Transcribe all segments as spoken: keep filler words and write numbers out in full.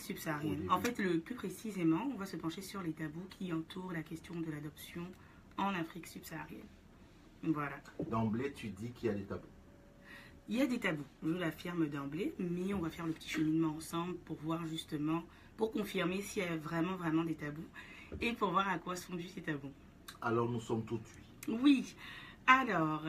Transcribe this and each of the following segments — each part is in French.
subsaharienne. En fait, le plus précisément, on va se pencher sur les tabous qui entourent la question de l'adoption en Afrique subsaharienne. Voilà. D'emblée, tu dis qu'il y a des tabous. Il y a des tabous, je l'affirme d'emblée, mais on va faire le petit cheminement ensemble pour voir justement, pour confirmer s'il y a vraiment, vraiment des tabous et pour voir à quoi sont dus ces tabous. Alors, nous sommes tout oui. Oui. Alors,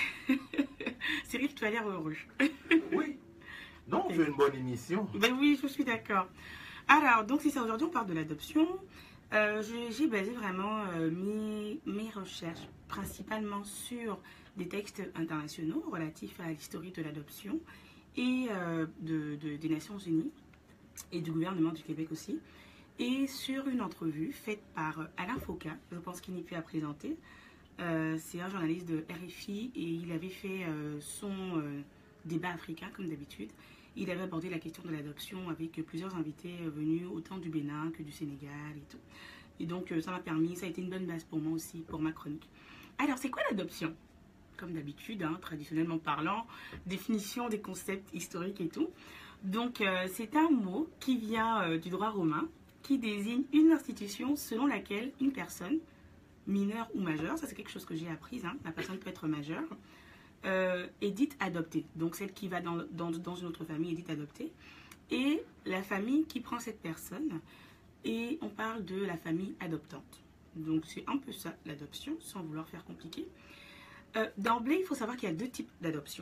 Cyril, tu as l'air heureux. Oui. Donc, on fait une bonne émission. Ben oui, je suis d'accord. Alors, donc c'est ça, aujourd'hui on parle de l'adoption. Euh, J'ai basé vraiment euh, mes, mes recherches principalement sur des textes internationaux relatifs à l'historique de l'adoption et euh, de, de, des Nations Unies et du gouvernement du Québec aussi. Et sur une entrevue faite par Alain Foucault, je pense qu'il n'est plus à présenter. Euh, c'est un journaliste de R F I et il avait fait euh, son euh, débat africain comme d'habitude. Il avait abordé la question de l'adoption avec plusieurs invités venus autant du Bénin que du Sénégal et tout. Et donc ça m'a permis, ça a été une bonne base pour moi aussi, pour ma chronique. Alors c'est quoi l'adoption? Comme d'habitude, hein, traditionnellement parlant, définition des concepts historiques et tout. Donc euh, c'est un mot qui vient euh, du droit romain, qui désigne une institution selon laquelle une personne, mineure ou majeure, ça c'est quelque chose que j'ai appris, hein, la personne peut être majeure, euh, est dite adoptée. Donc celle qui va dans, dans, dans une autre famille est dite adoptée. Et la famille qui prend cette personne, et on parle de la famille adoptante. Donc c'est un peu ça l'adoption, sans vouloir faire compliqué. Euh, D'emblée, il faut savoir qu'il y a deux types d'adoption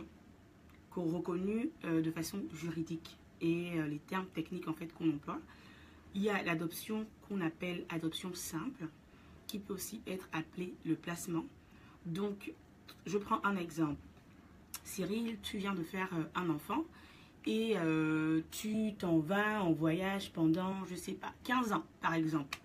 reconnus euh, de façon juridique et euh, les termes techniques en fait qu'on emploie. Il y a l'adoption qu'on appelle adoption simple, qui peut aussi être appelée le placement. Donc, je prends un exemple. Cyril, tu viens de faire euh, un enfant et euh, tu t'en vas en voyage pendant, je sais pas, quinze ans par exemple.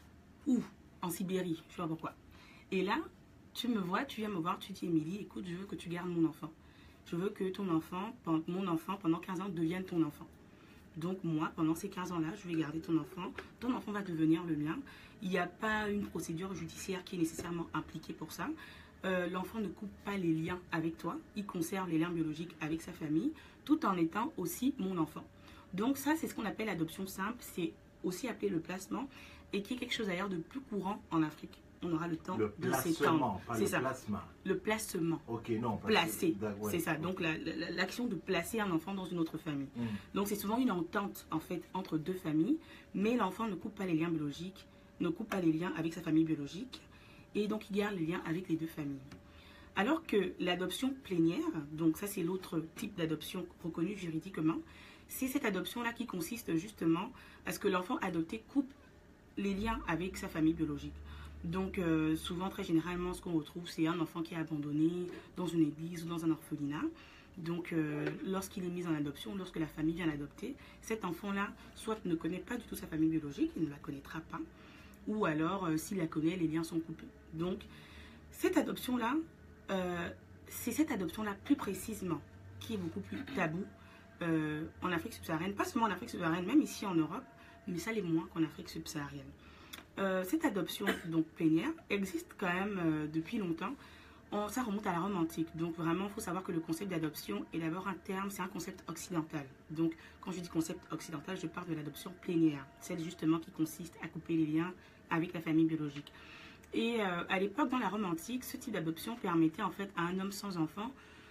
Ou en Sibérie, je sais pas pourquoi. Et là, tu me vois, tu viens me voir, tu dis Émilie, écoute, je veux que tu gardes mon enfant. Je veux que ton enfant, mon enfant, pendant quinze ans, devienne ton enfant. Donc moi, pendant ces quinze ans-là, je vais garder ton enfant. Ton enfant va devenir le mien. Il n'y a pas une procédure judiciaire qui est nécessairement impliquée pour ça. Euh, L'enfant ne coupe pas les liens avec toi. Il conserve les liens biologiques avec sa famille, tout en étant aussi mon enfant. Donc ça, c'est ce qu'on appelle l'adoption simple. C'est aussi appelé le placement et qui est quelque chose d'ailleurs de plus courant en Afrique. On aura le temps le de s'étendre. C'est ça. Placement. Le placement. Ok, non. Placer. Ouais. C'est ça. Donc l'action la, la, de placer un enfant dans une autre famille. Mm. Donc c'est souvent une entente en fait entre deux familles, mais l'enfant ne coupe pas les liens biologiques, ne coupe pas les liens avec sa famille biologique, et donc il garde les liens avec les deux familles. Alors que l'adoption plénière, donc ça c'est l'autre type d'adoption reconnue juridiquement, c'est cette adoption-là qui consiste justement à ce que l'enfant adopté coupe les liens avec sa famille biologique. Donc euh, souvent, très généralement, ce qu'on retrouve, c'est un enfant qui est abandonné dans une église ou dans un orphelinat. Donc euh, lorsqu'il est mis en adoption, lorsque la famille vient l'adopter, cet enfant-là, soit ne connaît pas du tout sa famille biologique, il ne la connaîtra pas, ou alors, euh, s'il la connaît, les liens sont coupés. Donc, cette adoption-là, euh, c'est cette adoption-là plus précisément qui est beaucoup plus tabou euh, en Afrique subsaharienne, pas seulement en Afrique subsaharienne, même ici en Europe, mais ça l'est moins qu'en Afrique subsaharienne. Euh, cette adoption donc plénière existe quand même euh, depuis longtemps. On, ça remonte à la Rome antique. Donc vraiment, il faut savoir que le concept d'adoption est d'abord un terme, c'est un concept occidental. Donc quand je dis concept occidental, je parle de l'adoption plénière, celle justement qui consiste à couper les liens avec la famille biologique. Et euh, à l'époque, dans la Rome antique, ce type d'adoption permettait en fait à un homme sans enfant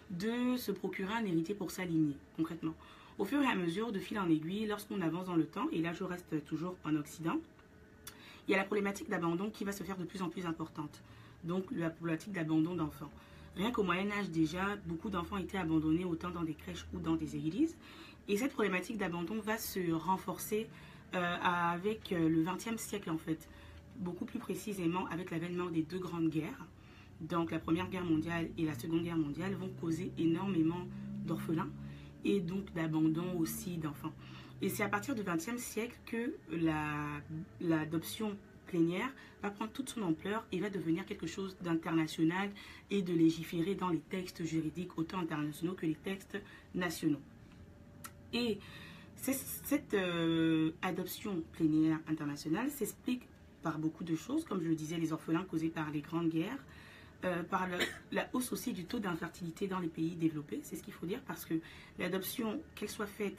de se procurer un héritier pour sa lignée, concrètement. Au fur et à mesure, de fil en aiguille, lorsqu'on avance dans le temps, et là je reste toujours en Occident, il y a la problématique d'abandon qui va se faire de plus en plus importante. Donc, la problématique d'abandon d'enfants. Rien qu'au Moyen-Âge déjà, beaucoup d'enfants étaient abandonnés autant dans des crèches ou dans des églises. Et cette problématique d'abandon va se renforcer euh, avec le vingtième siècle en fait. Beaucoup plus précisément avec l'avènement des deux grandes guerres. Donc, la Première Guerre mondiale et la Seconde Guerre mondiale vont causer énormément d'orphelins et donc d'abandon aussi d'enfants. Et c'est à partir du vingtième siècle que l'adoption la, plénière va prendre toute son ampleur et va devenir quelque chose d'international et de légiférer dans les textes juridiques, autant internationaux que les textes nationaux. Et cette euh, adoption plénière internationale s'explique par beaucoup de choses, comme je le disais, les orphelins causés par les grandes guerres, euh, par le, la hausse aussi du taux d'infertilité dans les pays développés, c'est ce qu'il faut dire, parce que l'adoption, qu'elle soit faite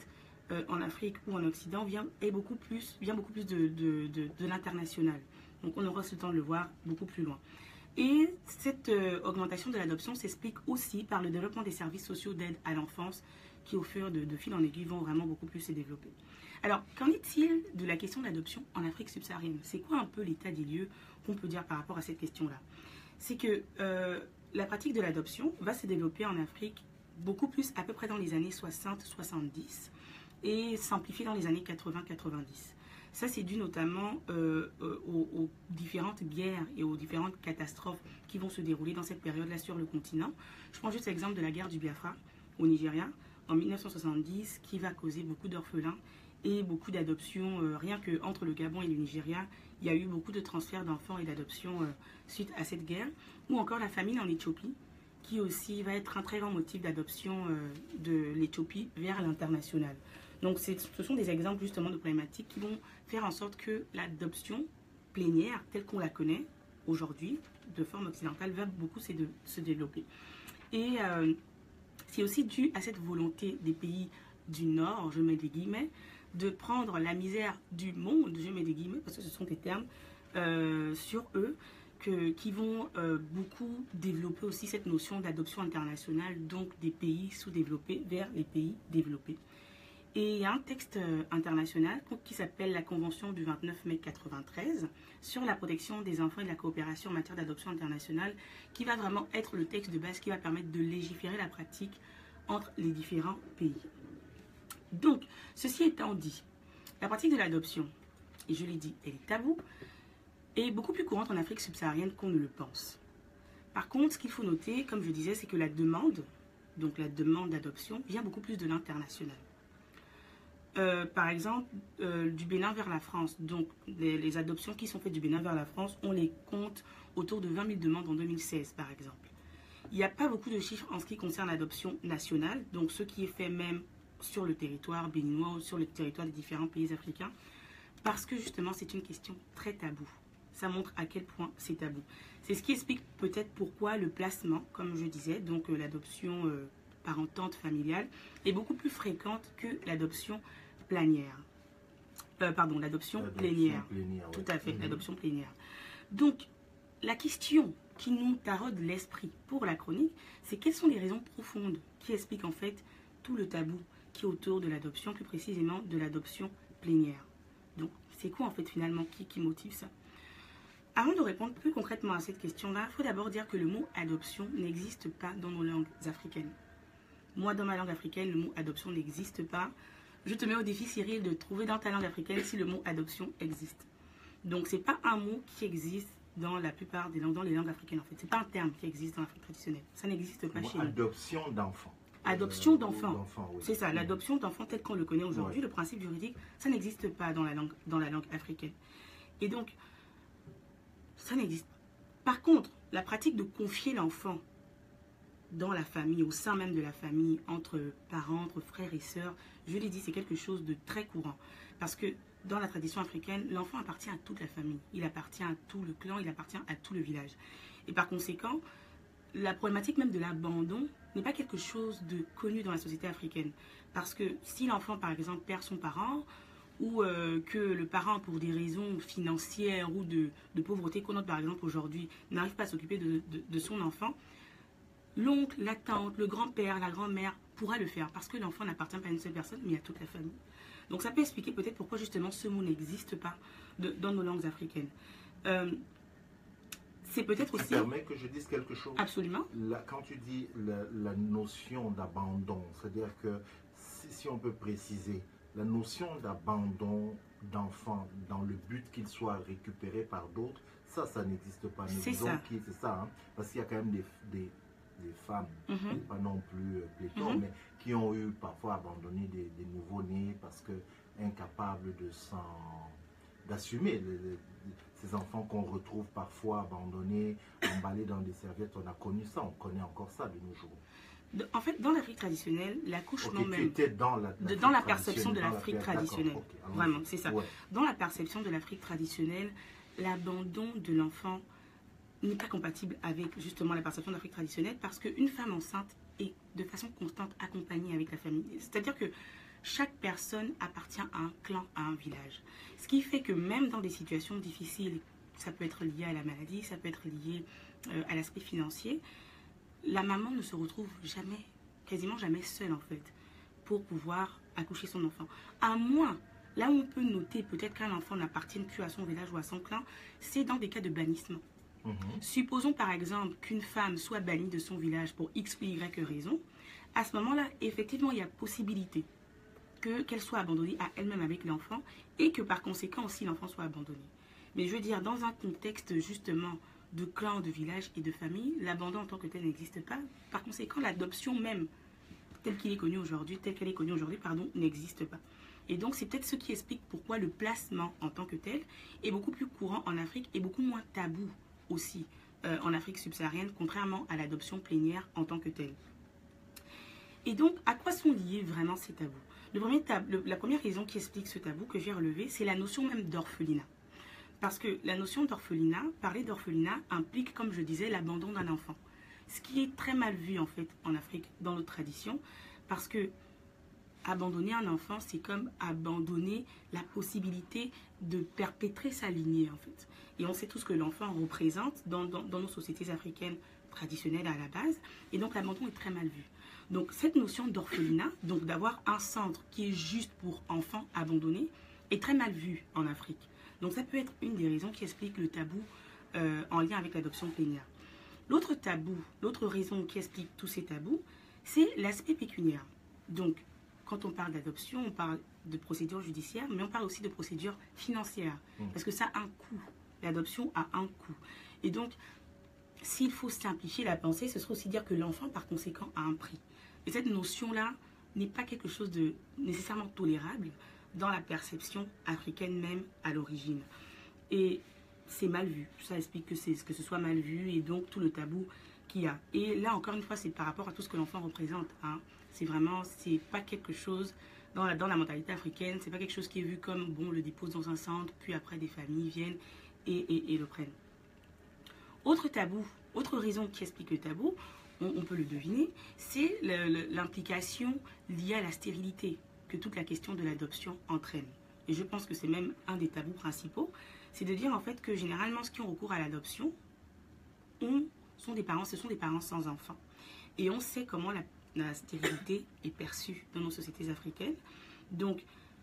euh, en Afrique ou en Occident vient, est beaucoup plus, vient beaucoup plus de, de, de, de l'international. Donc on aura ce temps de le voir beaucoup plus loin. Et cette euh, augmentation de l'adoption s'explique aussi par le développement des services sociaux d'aide à l'enfance qui au fur de, de fil en aiguille vont vraiment beaucoup plus se développer. Alors, qu'en est-il de la question de l'adoption en Afrique subsaharienne? C'est quoi un peu l'état des lieux qu'on peut dire par rapport à cette question-là? C'est que euh, la pratique de l'adoption va se développer en Afrique beaucoup plus à peu près dans les années soixante soixante-dix et s'amplifier dans les années quatre-vingts quatre-vingt-dix. Ça, c'est dû notamment euh, euh, aux, aux différentes guerres et aux différentes catastrophes qui vont se dérouler dans cette période-là sur le continent. Je prends juste l'exemple de la guerre du Biafra au Nigeria en mille neuf cent soixante-dix qui va causer beaucoup d'orphelins et beaucoup d'adoptions. Euh, rien qu'entre le Gabon et le Nigeria, il y a eu beaucoup de transferts d'enfants et d'adoptions euh, suite à cette guerre. Ou encore la famine en Éthiopie, qui aussi va être un très grand motif d'adoption euh, de l'Éthiopie vers l'international. Donc ce sont des exemples justement de problématiques qui vont faire en sorte que l'adoption plénière, telle qu'on la connaît aujourd'hui, de forme occidentale, va beaucoup se, de, se développer. Et euh, c'est aussi dû à cette volonté des pays du Nord, je mets des guillemets, de prendre la misère du monde, je mets des guillemets, parce que ce sont des termes, euh, sur eux, que, qui vont euh, beaucoup développer aussi cette notion d'adoption internationale, donc des pays sous-développés vers les pays développés. Et il y a un texte euh, international qui s'appelle la Convention du vingt-neuf mai mille neuf cent quatre-vingt-treize sur la protection des enfants et de la coopération en matière d'adoption internationale, qui va vraiment être le texte de base qui va permettre de légiférer la pratique entre les différents pays. Donc, ceci étant dit, la pratique de l'adoption, et je l'ai dit, elle est taboue, est beaucoup plus courante en Afrique subsaharienne qu'on ne le pense. Par contre, ce qu'il faut noter, comme je disais, c'est que la demande, donc la demande d'adoption, vient beaucoup plus de l'international. Euh, par exemple, euh, du Bénin vers la France, donc les, les adoptions qui sont faites du Bénin vers la France, on les compte autour de vingt mille demandes en deux mille seize, par exemple. Il n'y a pas beaucoup de chiffres en ce qui concerne l'adoption nationale, donc ce qui est fait même sur le territoire béninois ou sur le territoire des différents pays africains, parce que justement c'est une question très taboue. Ça montre à quel point c'est tabou. C'est ce qui explique peut-être pourquoi le placement, comme je disais, donc euh, l'adoption euh, parentante familiale, est beaucoup plus fréquente que l'adoption plénière. Euh, pardon, l'adoption plénière. plénière. Tout ouais. à fait, mmh. l'adoption plénière. Donc, la question qui nous taraude l'esprit pour la chronique, c'est quelles sont les raisons profondes qui expliquent en fait tout le tabou qui est autour de l'adoption, plus précisément de l'adoption plénière. Donc, c'est quoi en fait finalement qui, qui motive ça? Avant de répondre plus concrètement à cette question-là, il faut d'abord dire que le mot adoption n'existe pas dans nos langues africaines. Moi, dans ma langue africaine, le mot adoption n'existe pas. Je te mets au défi, Cyril, de trouver dans ta langue africaine si le mot adoption existe. Donc, ce n'est pas un mot qui existe dans la plupart des langues, dans les langues africaines en fait. Ce n'est pas un terme qui existe dans l'Afrique traditionnelle. Ça n'existe pas chez nous. Adoption d'enfants. Adoption euh, d'enfants. Oui. C'est ça, l'adoption d'enfants tel qu'on le connaît aujourd'hui, ouais. Le principe juridique, ça n'existe pas dans la langue, dans la langue africaine. Et donc, ça n'existe pas. Par contre, la pratique de confier l'enfant dans la famille, au sein même de la famille, entre parents, entre frères et sœurs, je l'ai dit, c'est quelque chose de très courant. Parce que dans la tradition africaine, l'enfant appartient à toute la famille. Il appartient à tout le clan, il appartient à tout le village. Et par conséquent, la problématique même de l'abandon n'est pas quelque chose de connu dans la société africaine. Parce que si l'enfant, par exemple, perd son parent, ou euh, que le parent, pour des raisons financières ou de, de pauvreté qu'on note par exemple aujourd'hui, n'arrive pas à s'occuper de, de, de son enfant, l'oncle, la tante, le grand-père, la grand-mère pourra le faire parce que l'enfant n'appartient pas à une seule personne, mais à toute la famille. Donc ça peut expliquer peut-être pourquoi justement ce mot n'existe pas de, dans nos langues africaines. Euh, c'est peut-être aussi... Tu permets que je dise quelque chose? Absolument. La, quand tu dis la, la notion d'abandon, c'est-à-dire que si, si on peut préciser, la notion d'abandon d'enfants dans le but qu'ils soient récupérés par d'autres, ça, ça n'existe pas. C'est ça. C'est ça, hein, parce qu'il y a quand même des... des des femmes, mm-hmm. pas non plus pléthore, mm-hmm. mais qui ont eu parfois abandonné des, des nouveau-nés parce que incapables de s'en d'assumer ces enfants qu'on retrouve parfois abandonnés, emballés dans des serviettes. On a connu ça, on connaît encore ça de nos jours. En fait, dans l'Afrique traditionnelle, l'accouchement okay, même, tu étais dans la, de, dans la perception de l'Afrique traditionnelle, okay, vraiment, c'est ça. Ouais. Dans la perception de l'Afrique traditionnelle, l'abandon de l'enfant n'est pas compatible avec justement la perception de l'Afrique traditionnelle parce qu'une femme enceinte est de façon constante accompagnée avec la famille. C'est-à-dire que chaque personne appartient à un clan, à un village. Ce qui fait que même dans des situations difficiles, ça peut être lié à la maladie, ça peut être lié euh, à l'aspect financier, la maman ne se retrouve jamais, quasiment jamais seule en fait, pour pouvoir accoucher son enfant. À moins, là où on peut noter peut-être qu'un enfant n'appartient plus à son village ou à son clan, c'est dans des cas de bannissement. Mmh. Supposons par exemple qu'une femme soit bannie de son village pour X ou Y raison. À ce moment-là, effectivement, il y a possibilité que qu'elle soit abandonnée à elle-même avec l'enfant et que par conséquent aussi l'enfant soit abandonné. Mais je veux dire, dans un contexte justement de clan, de village et de famille, l'abandon en tant que tel n'existe pas. Par conséquent, l'adoption même, telle qu'il est connu aujourd'hui, telle qu'elle est connue aujourd'hui, pardon, n'existe pas. Et donc, c'est peut-être ce qui explique pourquoi le placement en tant que tel est beaucoup plus courant en Afrique et beaucoup moins tabou aussi euh, en Afrique subsaharienne, contrairement à l'adoption plénière en tant que telle. Et donc, à quoi sont liés vraiment ces tabous? Le premier tab le, La première raison qui explique ce tabou que j'ai relevé, c'est la notion même d'orphelinat. Parce que la notion d'orphelinat, parler d'orphelinat implique, comme je disais, l'abandon d'un enfant. Ce qui est très mal vu en fait en Afrique, dans notre tradition, parce que abandonner un enfant, c'est comme abandonner la possibilité de perpétrer sa lignée en fait. Et on sait tout ce que l'enfant représente dans, dans, dans nos sociétés africaines traditionnelles à la base. Et donc l'abandon est très mal vu. Donc cette notion d'orphelinat, donc d'avoir un centre qui est juste pour enfants abandonnés, est très mal vue en Afrique. Donc ça peut être une des raisons qui explique le tabou euh, en lien avec l'adoption plénière. L'autre tabou, l'autre raison qui explique tous ces tabous, c'est l'aspect pécuniaire. Donc quand on parle d'adoption, on parle de procédure judiciaire, mais on parle aussi de procédure financière, mmh. parce que ça a un coût. L'adoption a un coût. Et donc, s'il faut simplifier la pensée, ce serait aussi dire que l'enfant, par conséquent, a un prix. Et cette notion-là n'est pas quelque chose de nécessairement tolérable dans la perception africaine même à l'origine. Et c'est mal vu. Ça explique que, que ce soit mal vu et donc tout le tabou qu'il y a. Et là, encore une fois, c'est par rapport à tout ce que l'enfant représente. Hein. C'est vraiment, c'est pas quelque chose, dans la, dans la mentalité africaine, c'est pas quelque chose qui est vu comme, bon, on le dépose dans un centre, puis après des familles viennent et, et, et le prennent. Autre tabou, autre raison qui explique le tabou, on, on peut le deviner, c'est l'implication liée à la stérilité que toute la question de l'adoption entraîne. Et je pense que c'est même un des tabous principaux, c'est de dire en fait que généralement ceux qui ont recours à l'adoption sont des parents, ce sont des parents sans enfants. Et on sait comment la, la stérilité est perçue dans nos sociétés africaines. Donc,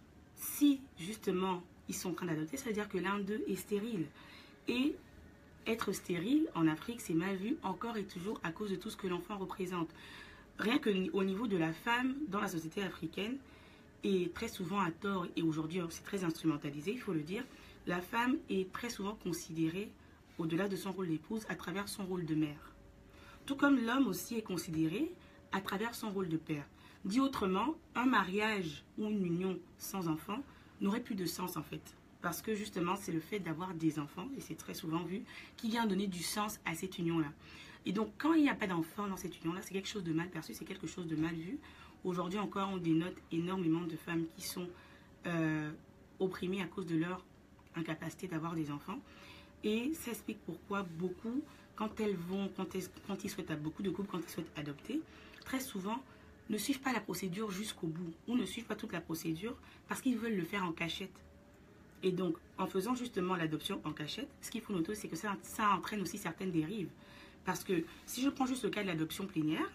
si justement ils sont en train d'adopter, ça veut dire que l'un d'eux est stérile. Et être stérile en Afrique, c'est mal vu encore et toujours à cause de tout ce que l'enfant représente. Rien qu'au niveau de la femme dans la société africaine, et très souvent à tort, et aujourd'hui c'est très instrumentalisé, il faut le dire, la femme est très souvent considérée, au-delà de son rôle d'épouse, à travers son rôle de mère. Tout comme l'homme aussi est considéré à travers son rôle de père. Dit autrement, un mariage ou une union sans enfant n'aurait plus de sens en fait. Parce que justement, c'est le fait d'avoir des enfants, et c'est très souvent vu, qui vient donner du sens à cette union-là. Et donc, quand il n'y a pas d'enfant dans cette union-là, c'est quelque chose de mal perçu, c'est quelque chose de mal vu. Aujourd'hui encore, on dénote énormément de femmes qui sont euh, opprimées à cause de leur incapacité d'avoir des enfants. Et ça explique pourquoi beaucoup, quand elles vont, quand, elles, quand ils souhaitent, beaucoup de couples, quand ils souhaitent adopter, très souvent, ne suivent pas la procédure jusqu'au bout, ou ne suivent pas toute la procédure parce qu'ils veulent le faire en cachette. Et donc, en faisant justement l'adoption en cachette, ce qu'il faut noter, c'est que ça, ça entraîne aussi certaines dérives. Parce que si je prends juste le cas de l'adoption plénière,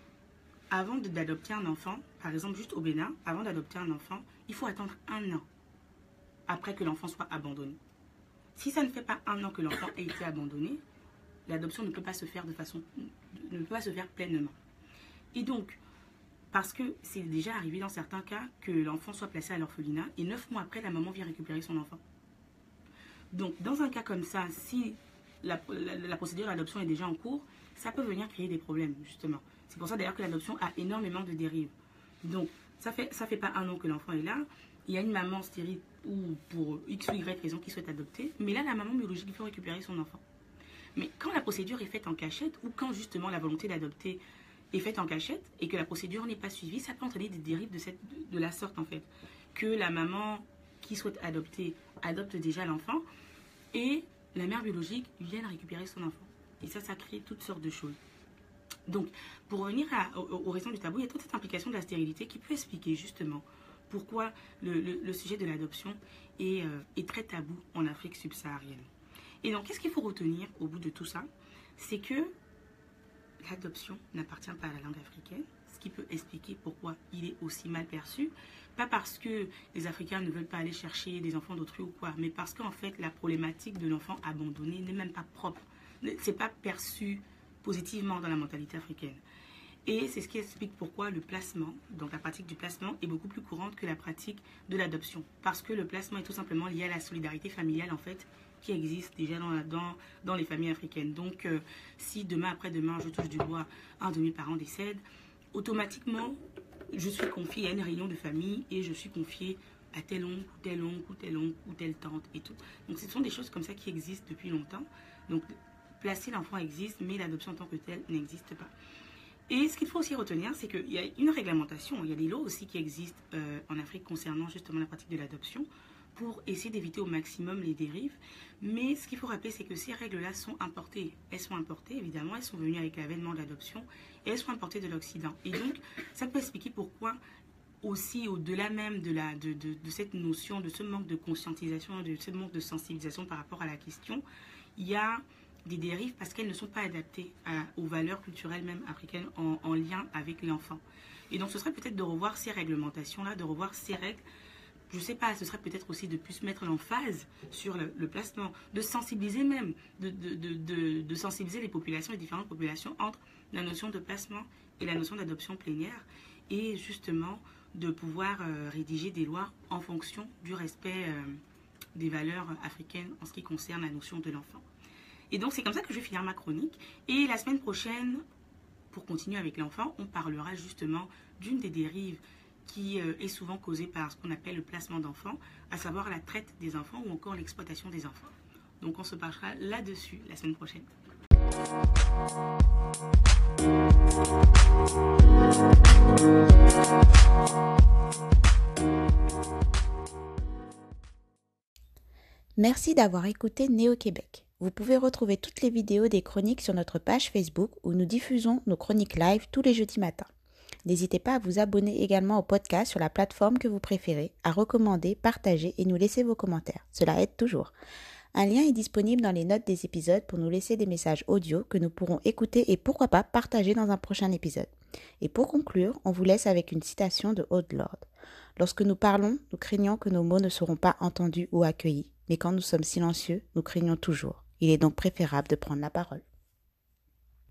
avant d'adopter un enfant, par exemple juste au Bénin, avant d'adopter un enfant, il faut attendre un an après que l'enfant soit abandonné. Si ça ne fait pas un an que l'enfant a été abandonné, l'adoption ne peut pas se faire de façon, ne peut pas se faire pleinement. Et donc, parce que c'est déjà arrivé dans certains cas que l'enfant soit placé à l'orphelinat et neuf mois après, la maman vient récupérer son enfant. Donc, dans un cas comme ça, si la, la, la procédure d'adoption est déjà en cours, ça peut venir créer des problèmes, justement. C'est pour ça d'ailleurs que l'adoption a énormément de dérives. Donc, ça fait, ça fait pas un an que l'enfant est là. Il y a une maman stérile ou pour X ou Y raison qui souhaite adopter. Mais là, la maman biologique, il faut récupérer son enfant. Mais quand la procédure est faite en cachette ou quand justement la volonté d'adopter est faite en cachette et que la procédure n'est pas suivie, ça peut entraîner des dérives de, cette, de, de la sorte en fait. Que la maman qui souhaite adopter adopte déjà l'enfant et la mère biologique vient récupérer son enfant. Et ça, ça crée toutes sortes de choses. Donc, pour revenir à, aux, aux raisons du tabou, il y a toute cette implication de la stérilité qui peut expliquer justement pourquoi le, le, le sujet de l'adoption est, euh, est très tabou en Afrique subsaharienne. Et donc, qu'est-ce qu'il faut retenir au bout de tout ça? C'est que l'adoption n'appartient pas à la langue africaine, ce qui peut expliquer pourquoi il est aussi mal perçu. Pas parce que les Africains ne veulent pas aller chercher des enfants d'autrui ou quoi, mais parce qu'en fait, la problématique de l'enfant abandonné n'est même pas propre. C'est pas perçu positivement dans la mentalité africaine. Et c'est ce qui explique pourquoi le placement, donc la pratique du placement, est beaucoup plus courante que la pratique de l'adoption. Parce que le placement est tout simplement lié à la solidarité familiale, en fait, qui existe déjà dans, la, dans, dans les familles africaines. Donc, euh, si demain, après-demain, je touche du bois, un de mes parents décède, automatiquement, je suis confiée à une réunion de famille et je suis confiée à tel oncle, ou tel oncle, ou tel oncle, ou telle tante et tout. Donc, ce sont des choses comme ça qui existent depuis longtemps. Donc, placer l'enfant existe, mais l'adoption en tant que telle n'existe pas. Et ce qu'il faut aussi retenir, c'est qu'il y a une réglementation, il y a des lois aussi qui existent euh, en Afrique concernant justement la pratique de l'adoption pour essayer d'éviter au maximum les dérives. Mais ce qu'il faut rappeler, c'est que ces règles-là sont importées. Elles sont importées, évidemment, elles sont venues avec l'avènement de l'adoption et elles sont importées de l'Occident. Et donc, ça peut expliquer pourquoi aussi, au-delà même de, la, de, de, de cette notion, de ce manque de conscientisation, de ce manque de sensibilisation par rapport à la question, il y a des dérives parce qu'elles ne sont pas adaptées à, aux valeurs culturelles même africaines en, en lien avec l'enfant. Et donc, ce serait peut-être de revoir ces réglementations-là, de revoir ces règles. Je ne sais pas, ce serait peut-être aussi de plus mettre l'emphase sur le, le placement, de sensibiliser même, de, de, de, de, de sensibiliser les populations, les différentes populations entre la notion de placement et la notion d'adoption plénière et justement de pouvoir euh, rédiger des lois en fonction du respect euh, des valeurs africaines en ce qui concerne la notion de l'enfant. Et donc, c'est comme ça que je vais finir ma chronique. Et la semaine prochaine, pour continuer avec l'enfant, on parlera justement d'une des dérives qui euh, est souvent causée par ce qu'on appelle le placement d'enfants, à savoir la traite des enfants ou encore l'exploitation des enfants. Donc, on se penchera là-dessus la semaine prochaine. Merci d'avoir écouté Néo-Québec. Vous pouvez retrouver toutes les vidéos des chroniques sur notre page Facebook où nous diffusons nos chroniques live tous les jeudis matins. N'hésitez pas à vous abonner également au podcast sur la plateforme que vous préférez, à recommander, partager et nous laisser vos commentaires. Cela aide toujours. Un lien est disponible dans les notes des épisodes pour nous laisser des messages audio que nous pourrons écouter et pourquoi pas partager dans un prochain épisode. Et pour conclure, on vous laisse avec une citation de Aude Lorde. Lorsque nous parlons, nous craignons que nos mots ne seront pas entendus ou accueillis. Mais quand nous sommes silencieux, nous craignons toujours. Il est donc préférable de prendre la parole.